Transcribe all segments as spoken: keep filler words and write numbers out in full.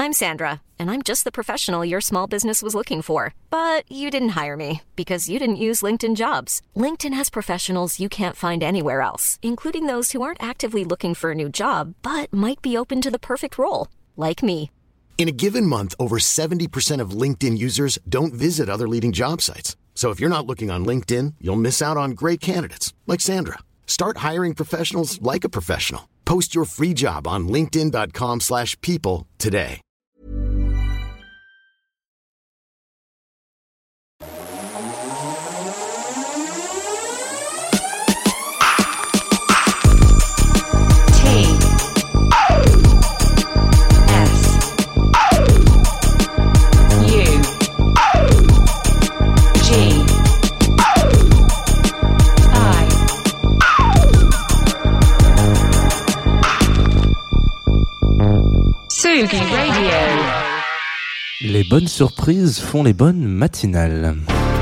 I'm Sandra, and I'm just the professional your small business was looking for. But you didn't hire me because you didn't use LinkedIn Jobs. LinkedIn has professionals you can't find anywhere else, including those who aren't actively looking for a new job, but might be open to the perfect role, like me. In a given month, over seventy percent of LinkedIn users don't visit other leading job sites. So if you're not looking on LinkedIn, you'll miss out on great candidates like Sandra. Start hiring professionals like a professional. Post your free job on linkedin.com slash people today. Tsugi Radio. Les bonnes surprises font les bonnes matinales.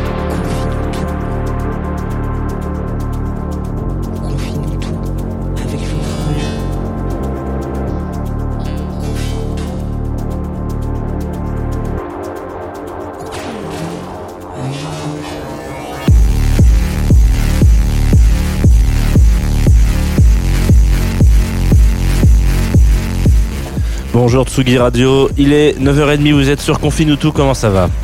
Confine tout avec Fifouille. Bonjour Tsugi Radio, il est neuf heures trente, vous êtes sur Confine tout, comment ça va?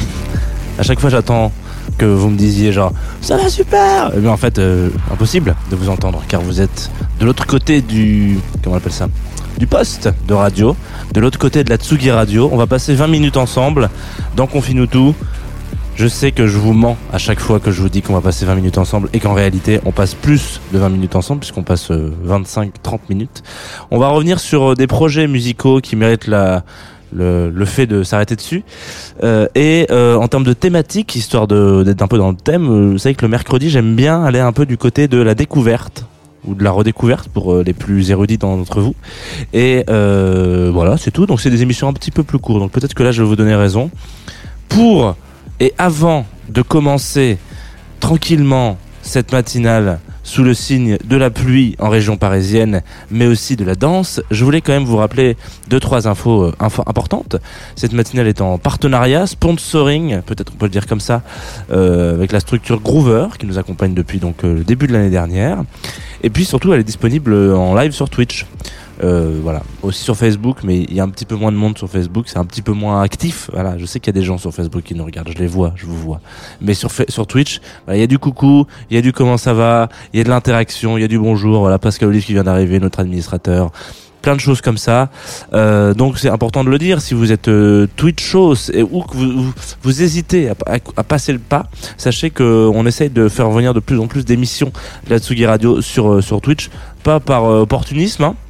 À chaque fois j'attends que vous me disiez genre ça va super, mais en fait euh, impossible de vous entendre car vous êtes de l'autre côté du, comment on appelle ça, du poste de radio, de l'autre côté de la Tsugi Radio. On va passer vingt minutes ensemble dans Confine tout. Je sais que je vous mens à chaque fois que je vous dis qu'on va passer vingt minutes ensemble et qu'en réalité on passe plus de vingt minutes ensemble puisqu'on passe vingt-cinq à trente minutes. On va revenir sur des projets musicaux qui méritent la, le, le fait de s'arrêter dessus. Euh, et euh, en termes de thématique, histoire de, d'être un peu dans le thème, euh, vous savez que le mercredi j'aime bien aller un peu du côté de la découverte ou de la redécouverte pour euh, les plus érudits d'entre vous. Et euh, voilà, c'est tout. Donc c'est des émissions un petit peu plus courtes. Donc peut-être que là je vais vous donner raison. Pour... Et avant de commencer tranquillement cette matinale sous le signe de la pluie en région parisienne, mais aussi de la danse, je voulais quand même vous rappeler deux, trois infos, euh, infos importantes. Cette matinale est en partenariat, sponsoring, peut-être on peut le dire comme ça, euh, avec la structure Groover, qui nous accompagne depuis donc euh, le début de l'année dernière. Et puis surtout, elle est disponible en live sur Twitch. Euh, voilà, aussi sur Facebook, mais il y a un petit peu moins de monde sur Facebook, c'est un petit peu moins actif. Voilà, je sais qu'il y a des gens sur Facebook qui nous regardent, je les vois, je vous vois. Mais sur sur Twitch, voilà, il y a du coucou, il y a du comment ça va, il y a de l'interaction, il y a du bonjour. Voilà, Pascal Olive qui vient d'arriver, notre administrateur. Plein de choses comme ça. Euh, donc c'est important de le dire. Si vous êtes euh, Twitchos et ou que vous, vous, vous hésitez à, à, à passer le pas, sachez que on essaye de faire venir de plus en plus d'émissions de la Tsugi Radio sur euh, sur Twitch, pas par euh, opportunisme, hein,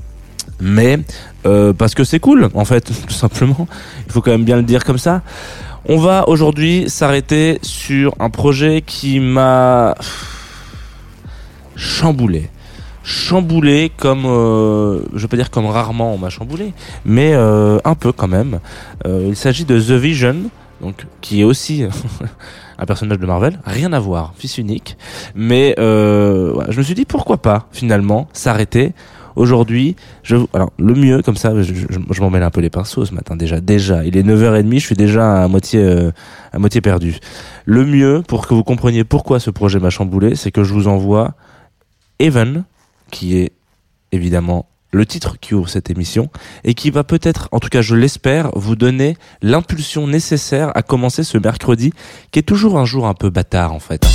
mais euh, parce que c'est cool en fait, tout simplement. Il faut quand même bien le dire comme ça. On va aujourd'hui s'arrêter sur un projet qui m'a chamboulé. Chamboulé comme, euh, je vais pas dire comme rarement on m'a chamboulé, mais euh, un peu quand même. Euh, il s'agit de The Vision, donc qui est aussi un personnage de Marvel, rien à voir, fils unique. Mais euh, ouais, je me suis dit pourquoi pas finalement s'arrêter. Aujourd'hui, je, alors le mieux comme ça, je, je, je m'en mêle un peu les pinceaux ce matin déjà. Déjà, il est neuf heures trente, je suis déjà à moitié, euh, à moitié perdu. Le mieux pour que vous compreniez pourquoi ce projet m'a chamboulé, c'est que je vous envoie Even, qui est évidemment le titre qui ouvre cette émission et qui va peut-être, en tout cas je l'espère, vous donner l'impulsion nécessaire à commencer ce mercredi, qui est toujours un jour un peu bâtard en fait.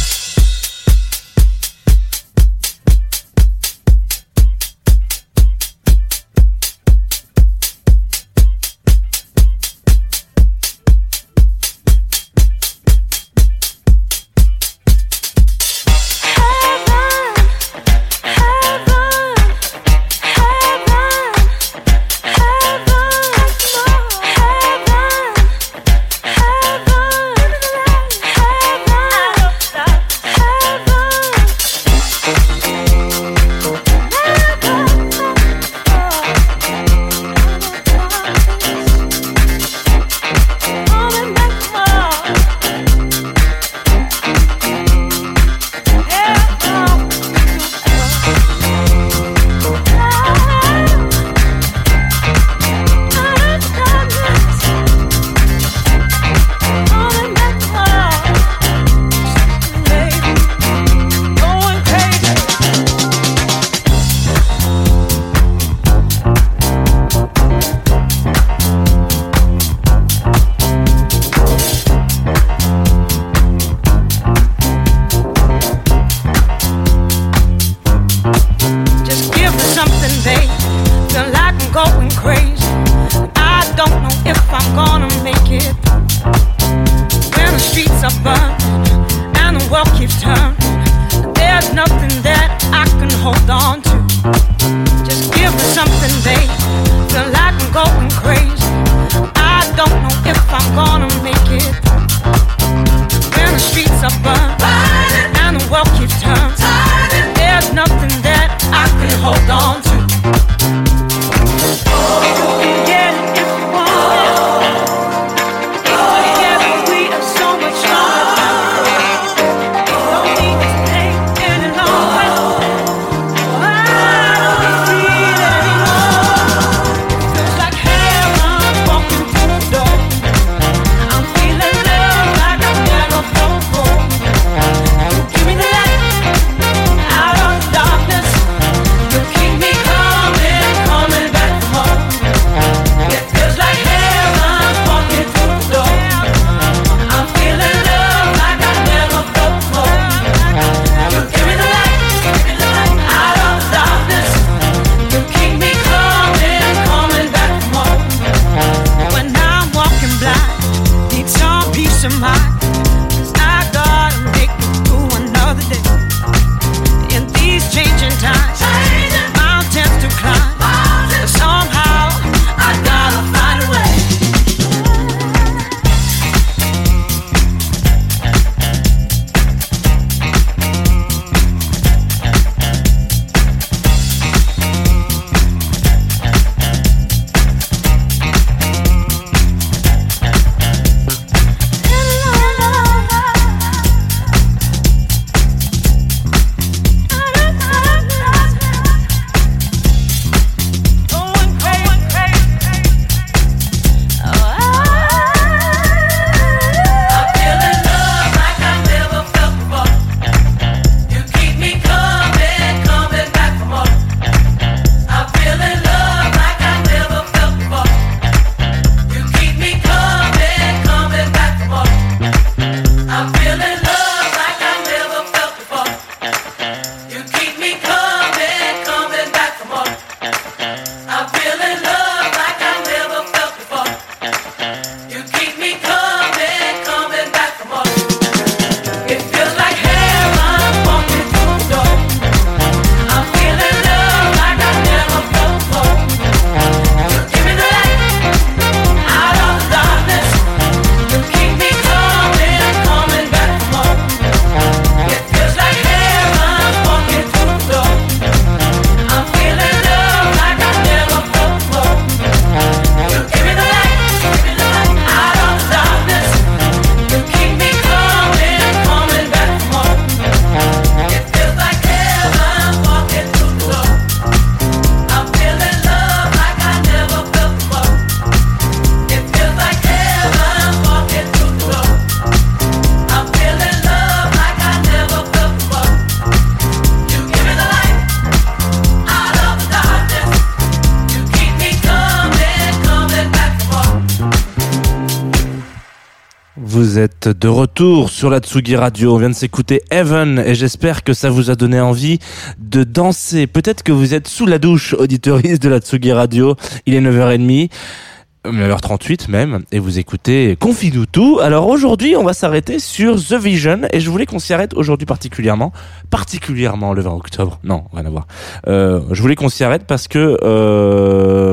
Vous êtes de retour sur la Tsugi Radio. On vient de s'écouter Heaven et j'espère que ça vous a donné envie de danser. Peut-être que vous êtes sous la douche, auditoriste de la Tsugi Radio. Il est neuf heures trente. neuf heures trente-huit même, et vous écoutez Confie-nous tout. Alors aujourd'hui, on va s'arrêter sur The Vision, et je voulais qu'on s'y arrête aujourd'hui particulièrement, particulièrement le vingt octobre. Non, rien à voir. Euh, je voulais qu'on s'y arrête parce que euh,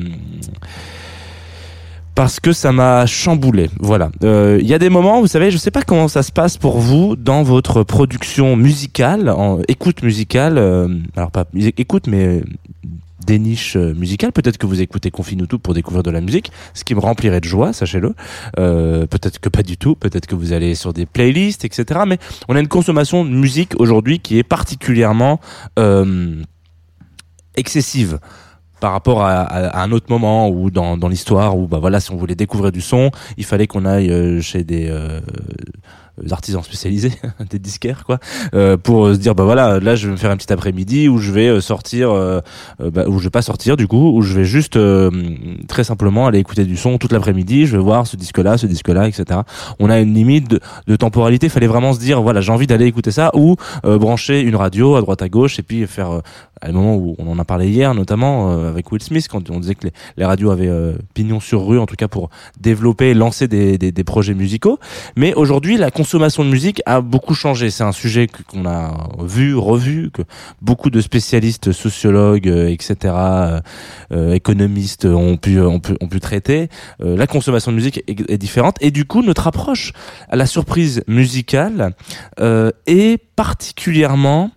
parce que ça m'a chamboulé. Voilà. Il euh, y a des moments, vous savez, je sais pas comment ça se passe pour vous dans votre production musicale, en écoute musicale. Euh, alors pas écoute, mais des niches musicales. Peut-être que vous écoutez Confie-nous tout pour découvrir de la musique, ce qui me remplirait de joie, sachez-le. Euh, peut-être que pas du tout. Peut-être que vous allez sur des playlists, et cetera. Mais on a une consommation de musique aujourd'hui qui est particulièrement euh, excessive par rapport à, à, à un autre moment où dans, dans l'histoire où bah voilà, si on voulait découvrir du son, il fallait qu'on aille euh, chez des euh, artisans spécialisés, des disquaires quoi, euh, pour se dire bah voilà, là je vais me faire un petit après-midi où je vais euh, sortir, euh, bah, où je vais pas sortir du coup, où je vais juste euh, très simplement aller écouter du son toute l'après-midi, je vais voir ce disque-là, ce disque-là, et cetera. On a une limite de, de temporalité, fallait vraiment se dire voilà, j'ai envie d'aller écouter ça ou euh, brancher une radio à droite à gauche et puis faire euh, à un moment où on en a parlé hier notamment euh, avec Will Smith quand on disait que les, les radios avaient euh, pignon sur rue en tout cas pour développer, lancer des, des, des projets musicaux. Mais aujourd'hui la consommation de musique a beaucoup changé. C'est un sujet que, qu'on a vu, revu, que beaucoup de spécialistes, sociologues, euh, et cetera, euh, économistes ont pu, ont pu, ont pu traiter. Euh, la consommation de musique est, est différente et du coup notre approche à la surprise musicale euh, est particulièrement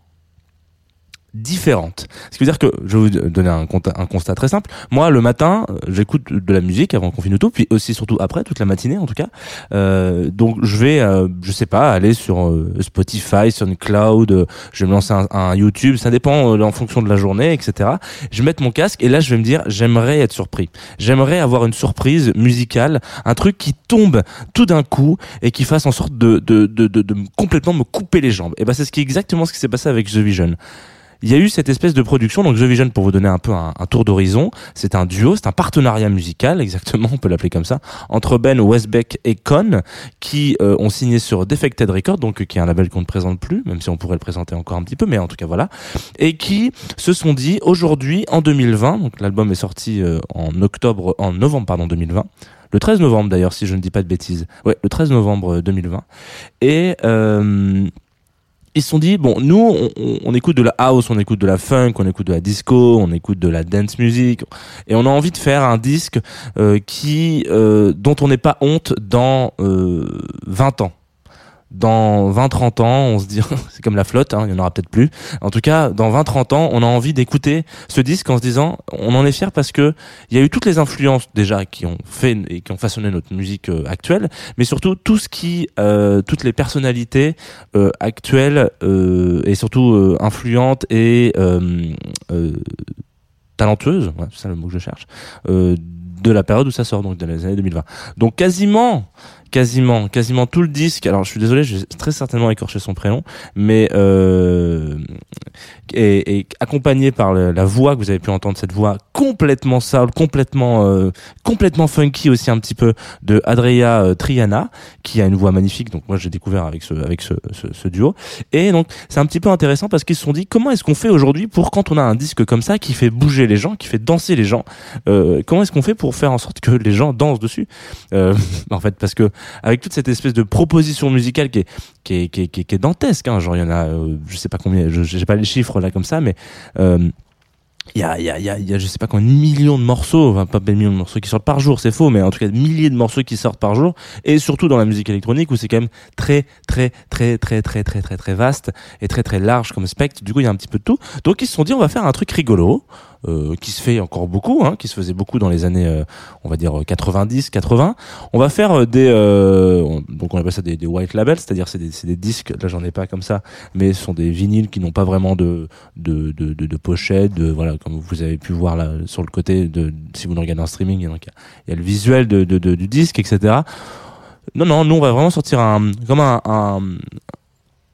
différente. Ce qui veut dire que, je vais vous donner un, un constat très simple. Moi, le matin, j'écoute de la musique avant Confie-nous tout, puis aussi surtout après, toute la matinée en tout cas. Euh, donc je vais, euh, je sais pas, aller sur euh, Spotify, sur une cloud, euh, je vais me lancer un, un YouTube, ça dépend euh, en fonction de la journée, et cetera. Je vais mettre mon casque et là je vais me dire, j'aimerais être surpris. J'aimerais avoir une surprise musicale, un truc qui tombe tout d'un coup et qui fasse en sorte de, de, de, de, de complètement me couper les jambes. Et ben c'est ce qui est exactement ce qui s'est passé avec The Vision. Il y a eu cette espèce de production, donc The Vision, pour vous donner un peu un, un tour d'horizon, c'est un duo, c'est un partenariat musical, exactement, on peut l'appeler comme ça, entre Ben Westbeck et Con, qui euh, ont signé sur Defected Records, donc qui est un label qu'on ne présente plus, même si on pourrait le présenter encore un petit peu, mais en tout cas voilà, et qui se sont dit, aujourd'hui, en deux mille vingt, donc l'album est sorti euh, en octobre, en novembre, pardon, deux mille vingt, le treize novembre d'ailleurs, si je ne dis pas de bêtises, ouais, le treize novembre deux mille vingt, et euh, ils se sont dit, bon, nous, on, on écoute de la house, on écoute de la funk, on écoute de la disco, on écoute de la dance music, et on a envie de faire un disque euh, qui, euh, dont on n'ait pas honte dans euh, vingt ans. Dans vingt trente ans, on se dit, c'est comme la flotte, hein, il y en aura peut-être plus. En tout cas, dans vingt trente ans, on a envie d'écouter ce disque en se disant, on en est fier parce que il y a eu toutes les influences déjà qui ont fait et qui ont façonné notre musique euh, actuelle, mais surtout tout ce qui, euh, toutes les personnalités euh, actuelles euh, et surtout euh, influentes et euh, euh, talentueuses, ouais, c'est ça le mot que je cherche, euh, de la période où ça sort, donc dans les années deux mille vingt. Donc quasiment quasiment quasiment tout le disque, alors je suis désolé, j'ai très certainement écorché son prénom, mais euh, est, est accompagné par le, la voix que vous avez pu entendre, cette voix complètement soul, complètement euh, complètement funky aussi un petit peu, de Andrea euh, Triana, qui a une voix magnifique. Donc moi j'ai découvert avec ce avec ce, ce, ce duo, et donc c'est un petit peu intéressant parce qu'ils se sont dit, comment est-ce qu'on fait aujourd'hui pour, quand on a un disque comme ça qui fait bouger les gens, qui fait danser les gens, euh, comment est-ce qu'on fait pour faire en sorte que les gens dansent dessus, euh, en fait, parce que avec toute cette espèce de proposition musicale qui est qui est qui est, qui est, qui est dantesque, hein, genre il y en a euh, je sais pas combien, je j'ai pas les chiffres là comme ça, mais euh, il y a il y a il y a, y a je sais pas combien de millions de morceaux, enfin pas des millions de morceaux qui sortent par jour, c'est faux, mais en tout cas des milliers de morceaux qui sortent par jour, et surtout dans la musique électronique où c'est quand même très très très très très très très très vaste et très très large comme spectre. Du coup il y a un petit peu de tout, donc ils se sont dit, on va faire un truc rigolo. Euh, qui se fait encore beaucoup, hein, qui se faisait beaucoup dans les années, euh, on va dire quatre-vingt-dix, quatre-vingts. On va faire euh, des, euh, on, donc on appelle ça des, des white labels, c'est-à-dire c'est des, c'est des disques. Là, j'en ai pas comme ça, mais ce sont des vinyles qui n'ont pas vraiment de, de, de, de, de pochette, de, voilà, comme vous avez pu voir là sur le côté de, si vous nous regardez en streaming, donc il y a, il y a le visuel de, de, de, du disque, et cetera. Non, non, nous on va vraiment sortir un, comme un, un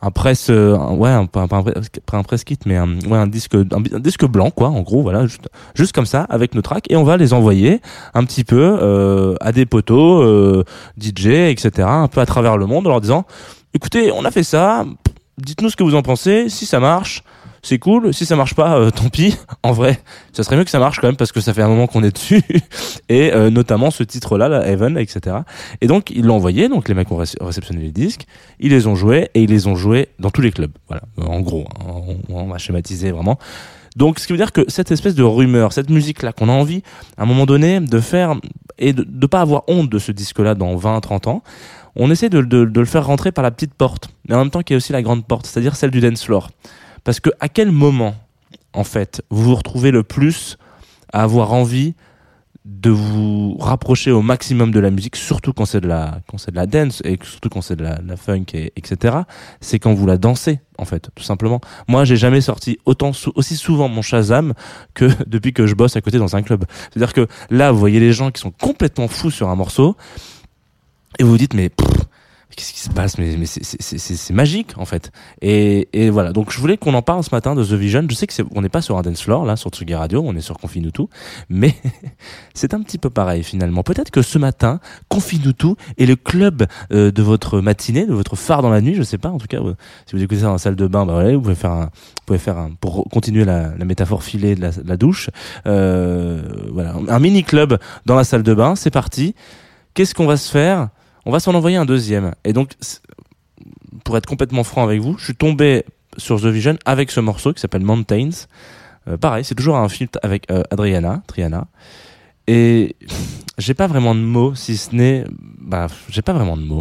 un presse, euh, un, ouais, un, pas un, un press kit, mais un, ouais, un disque, un, un disque blanc, quoi, en gros, voilà, juste, juste comme ça, avec nos tracks, et on va les envoyer un petit peu euh, à des potos, euh, D J, et cetera, un peu à travers le monde, en leur disant, écoutez, on a fait ça, dites-nous ce que vous en pensez, si ça marche, c'est cool, si ça marche pas, euh, tant pis. En vrai, ça serait mieux que ça marche quand même parce que ça fait un moment qu'on est dessus et euh, notamment ce titre-là, là, Heaven, et cetera. Et donc ils l'ont envoyé, donc les mecs ont réce- réceptionné les disques, ils les ont joués et ils les ont joués dans tous les clubs. Voilà, en gros, hein, on, on va schématiser vraiment. Donc, ce qui veut dire que cette espèce de rumeur, cette musique-là qu'on a envie, à un moment donné, de faire et de, de pas avoir honte de ce disque-là dans vingt, trente ans, on essaie de, de, de le faire rentrer par la petite porte, mais en même temps qu'il y a aussi la grande porte, c'est-à-dire celle du dance floor. Parce que à quel moment, en fait, vous vous retrouvez le plus à avoir envie de vous rapprocher au maximum de la musique, surtout quand c'est de la, quand c'est de la dance et surtout quand c'est de la, de la funk et etc. C'est quand vous la dansez, en fait, tout simplement. Moi, j'ai jamais sorti autant, sou- aussi souvent mon Shazam que depuis que je bosse à côté dans un club. C'est-à-dire que là, vous voyez les gens qui sont complètement fous sur un morceau et vous vous dites, mais pff, qu'est-ce qui se passe, mais, mais c'est, c'est, c'est, c'est magique en fait. Et, et voilà, donc je voulais qu'on en parle ce matin de The Vision. Je sais que c'est, on n'est pas sur un dance floor là, sur Tsugi Radio, on est sur Confine Tout, mais c'est un petit peu pareil finalement. Peut-être que ce matin, Confine Tout est le club euh, de votre matinée, de votre phare dans la nuit, je sais pas. En tout cas, euh, si vous écoutez ça dans la salle de bain, bah voilà, vous pouvez faire un, vous pouvez faire un, pour continuer la, la métaphore filée de la, de la douche, euh, voilà, un mini club dans la salle de bain. C'est parti. Qu'est-ce qu'on va se faire? On va s'en envoyer un deuxième. Et donc, pour être complètement franc avec vous, je suis tombé sur The Vision avec ce morceau qui s'appelle Mountains. Euh, pareil, c'est toujours un feat avec euh, Adriana, Triana. Et j'ai pas vraiment de mots, si ce n'est... Bah, j'ai pas vraiment de mots.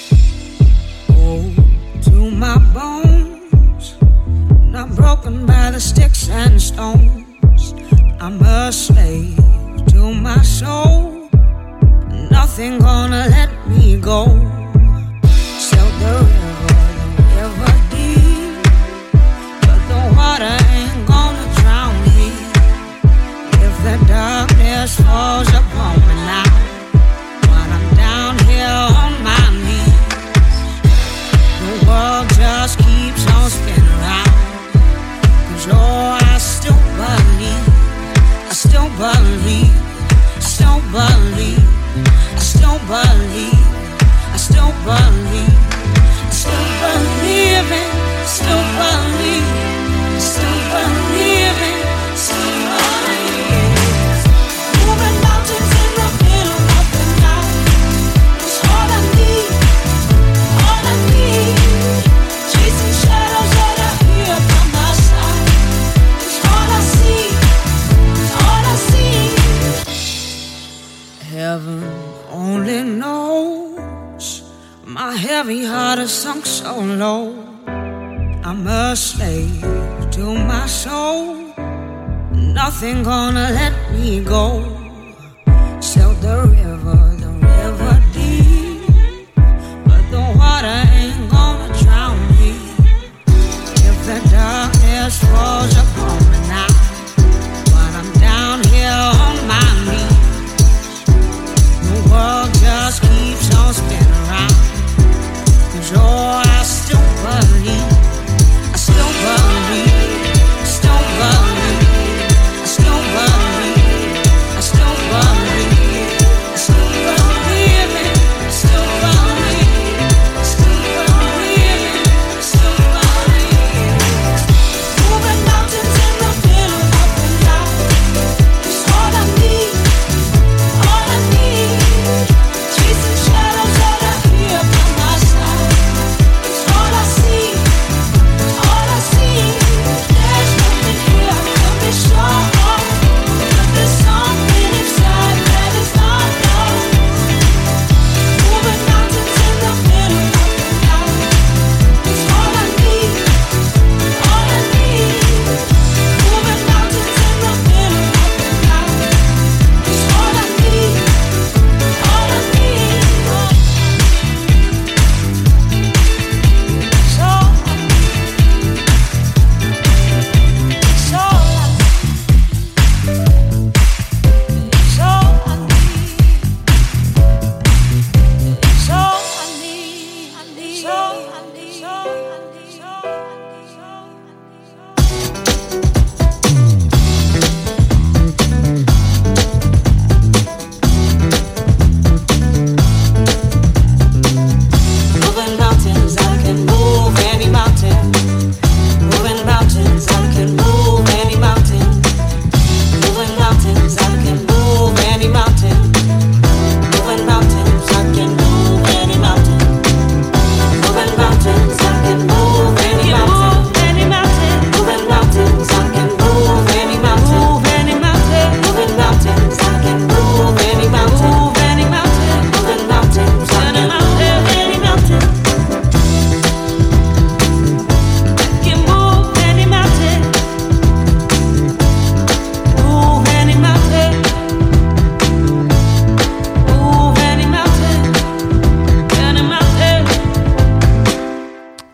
Oh, to my bones, not broken by the sticks and stones. I'm a slave to my soul. Nothing gonna let me go. Sail the river, the river deep, but the water ain't gonna drown me. If the darkness falls upon me now, when I'm down here on my knees, the world just keeps on spinning round. 'Cause oh, I still believe, I still believe, still believe. I still believe, I still believe, I still believe in, still believe, still believe in, still believe. Moving mountains in the middle of the night. It's all I need, all I need. Chasing shadows that are here by my side. It's all I see, all I see. Heaven only knows my heavy heart has sunk so low. I'm a slave to my soul. Nothing gonna let me go. Sail the river, the river deep, but the water ain't gonna drown me. If the darkness falls upon me now, when I'm down here on my knees, the world just keeps on spinning round. 'Cause oh, I still believe, I still believe, still believe, I still believe, I still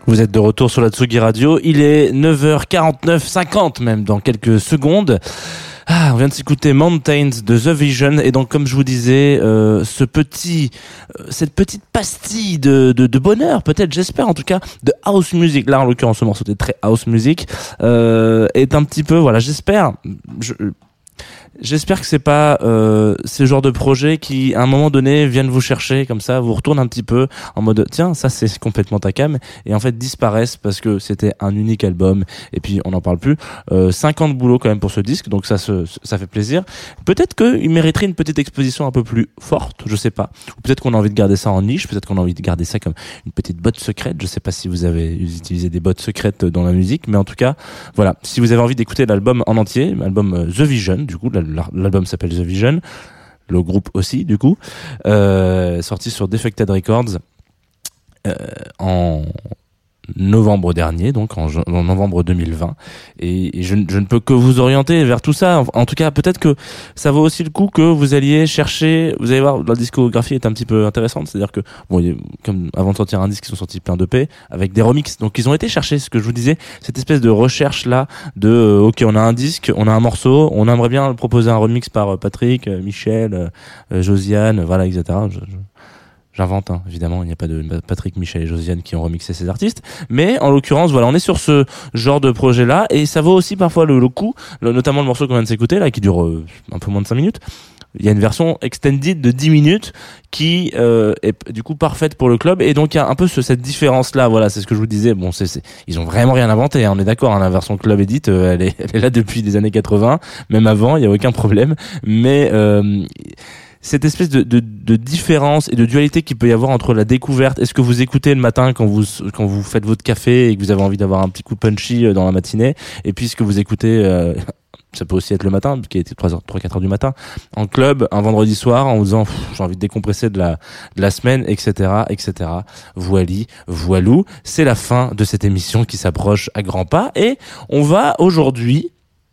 Vous êtes de retour sur la Tsugi Radio. Il est neuf heures quarante-neuf, cinquante même, dans quelques secondes. Ah, on vient de s'écouter Mountains de The Vision, et donc comme je vous disais, euh, ce petit, euh, cette petite pastille de, de, de bonheur, peut-être, j'espère en tout cas, de house music. Là, en l'occurrence, ce morceau était très house music, euh, est un petit peu, voilà, j'espère. Je, J'espère que c'est pas euh, ce genre de projet qui, à un moment donné, viennent vous chercher comme ça, vous retournent un petit peu en mode tiens, ça c'est complètement ta cam, et en fait disparaissent parce que c'était un unique album et puis on n'en parle plus. Euh, cinq ans de boulot quand même pour ce disque, donc ça se, ça fait plaisir. Peut-être qu'il mériterait une petite exposition un peu plus forte, je sais pas. Ou peut-être qu'on a envie de garder ça en niche, peut-être qu'on a envie de garder ça comme une petite botte secrète. Je sais pas si vous avez utilisé des bottes secrètes dans la musique, mais en tout cas, voilà. Si vous avez envie d'écouter l'album en entier, l'album The Vision, du coup, l'album s'appelle The Vision, le groupe aussi du coup, euh, sorti sur Defected Records euh, en novembre dernier, donc en, en novembre deux mille vingt, et, et je, je ne peux que vous orienter vers tout ça. En, en tout cas, peut-être que ça vaut aussi le coup que vous alliez chercher. Vous allez voir, la discographie est un petit peu intéressante, c'est-à-dire que bon, il y a, comme avant de sortir un disque, ils sont sortis plein d'E P avec des remixes, donc ils ont été chercher ce que je vous disais, cette espèce de recherche là de euh, ok, on a un disque, on a un morceau, on aimerait bien le proposer un remix par Patrick, Michel, euh, Josiane, voilà, et cetera. Je, je, J'invente, hein, évidemment, il n'y a pas de Patrick, Michel et Josiane qui ont remixé ces artistes. Mais en l'occurrence, voilà, on est sur ce genre de projet-là, et ça vaut aussi parfois le, le coup, le, notamment le morceau qu'on vient de s'écouter, là, qui dure euh, un peu moins de cinq minutes. Il y a une version extended de dix minutes qui euh, est du coup parfaite pour le club, et donc il y a un peu ce, cette différence-là. Voilà, c'est ce que je vous disais. Bon, c'est, c'est ils ont vraiment rien inventé, hein, on est d'accord. Hein, la version club edit, euh, elle est, elle est là depuis les années quatre-vingts, même avant, il y a aucun problème. Mais euh, cette espèce de, de, de différence et de dualité qu'il peut y avoir entre la découverte et ce que vous écoutez le matin quand vous quand vous faites votre café et que vous avez envie d'avoir un petit coup punchy dans la matinée, et puis ce que vous écoutez, euh, ça peut aussi être le matin, qui était trois heures, trois, quatre heures du matin, en club, un vendredi soir, en vous disant j'ai envie de décompresser de la de la semaine, et cetera, et cetera. Voili, voilou, c'est la fin de cette émission qui s'approche à grands pas, et on va aujourd'hui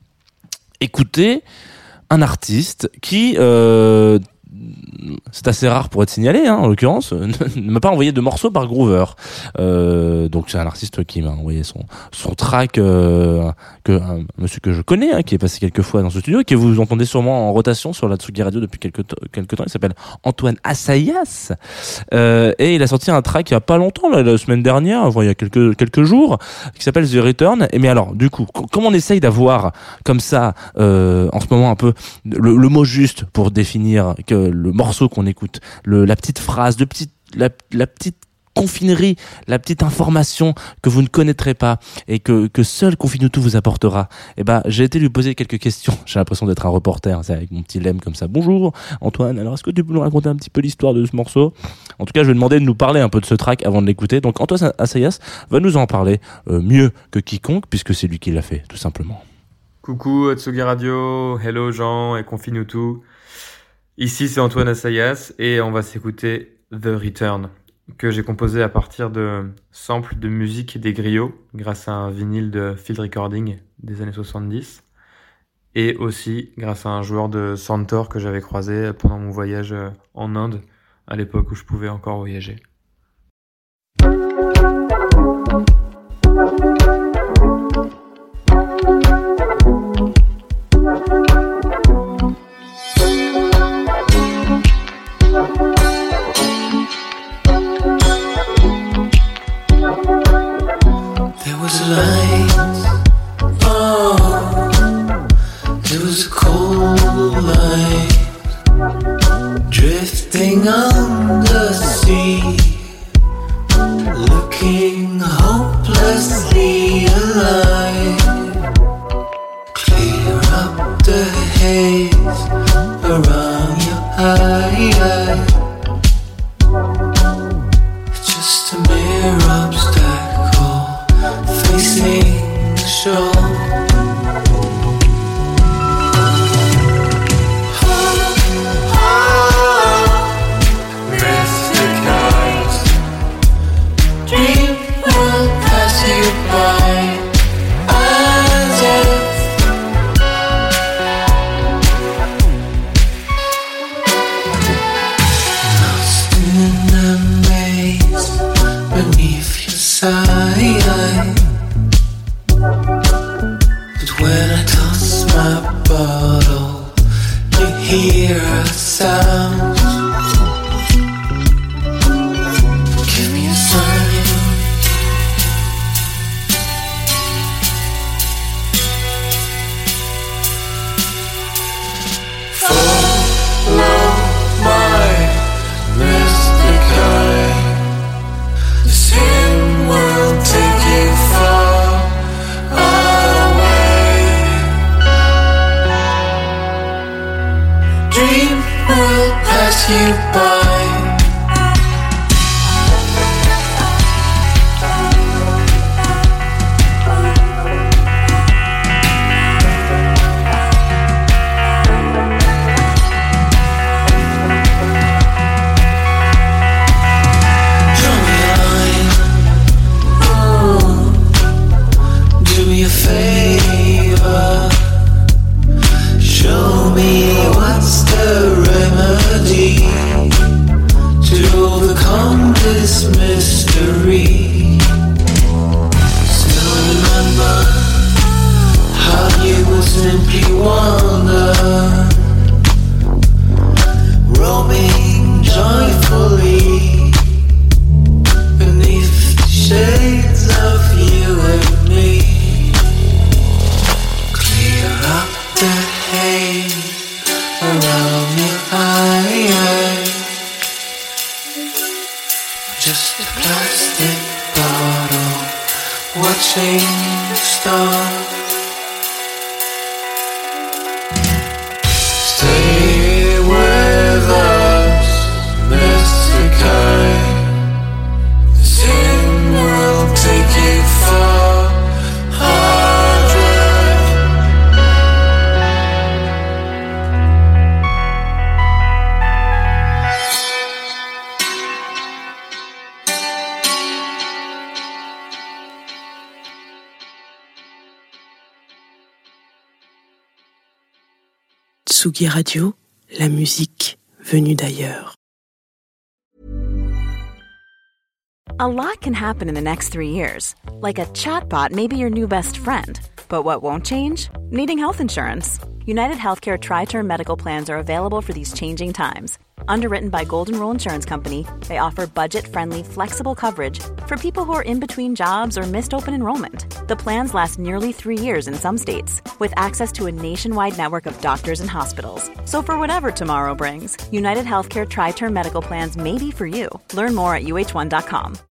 écouter un artiste qui euh, c'est assez rare pour être signalé, hein, en l'occurrence, ne m'a pas envoyé de morceaux par Groover. Euh, donc c'est un artiste qui m'a envoyé son son track, euh, que un monsieur que je connais, hein, qui est passé quelques fois dans ce studio et que vous entendez sûrement en rotation sur la Tsugi Radio depuis quelques to- quelques temps. Il s'appelle Antoine Assayas, euh, et il a sorti un track il y a pas longtemps, là, la semaine dernière, enfin, il y a quelques quelques jours, qui s'appelle The Return. Et mais alors, du coup, comment on essaye d'avoir comme ça, euh, en ce moment un peu le, le mot juste pour définir que le morceau qu'on écoute, le, la petite phrase, de petite, la, la petite confinerie, la petite information que vous ne connaîtrez pas et que, que seul Confinutu vous apportera. Et ben, j'ai été lui poser quelques questions. J'ai l'impression d'être un reporter, c'est avec mon petit lemme comme ça. Bonjour Antoine, alors est-ce que tu peux nous raconter un petit peu l'histoire de ce morceau? En tout cas, je vais demander de nous parler un peu de ce track avant de l'écouter. Donc Antoine Assayas va nous en parler euh, mieux que quiconque, puisque c'est lui qui l'a fait, tout simplement. Coucou Tsugi Radio, hello Jean et Confinutu. Ici c'est Antoine Assayas et on va s'écouter The Return, que j'ai composé à partir de samples de musique des griots grâce à un vinyle de field recording des années soixante-dix, et aussi grâce à un joueur de Santor que j'avais croisé pendant mon voyage en Inde à l'époque où je pouvais encore voyager. Light, oh, it was a cold light, drifting on the sea, looking hopelessly alive. Clear up the haze around your eye. It's just a mere obstacle facing the shore. calm this mystery. Still remember how you would simply wander, roaming joyfully beneath the shades of you and me. Clear up the haze around your eyes. Just a plastic bottle watching the stars. Stay with us, Mister Kind. The sin will take you far. Hard drive. Tsugi Radio, la musique venue d'ailleurs. A lot can happen in the next three years. Like a chatbot may be your new best friend. But what won't change? Needing health insurance. United Healthcare Tri-Term Medical Plans are available for these changing times. Underwritten by Golden Rule Insurance Company, they offer budget-friendly, flexible coverage for people who are in between jobs or missed open enrollment. The plans last nearly three years in some states, with access to a nationwide network of doctors and hospitals. So for whatever tomorrow brings, United Healthcare Tri-Term Medical Plans may be for you. Learn more at U H one dot com.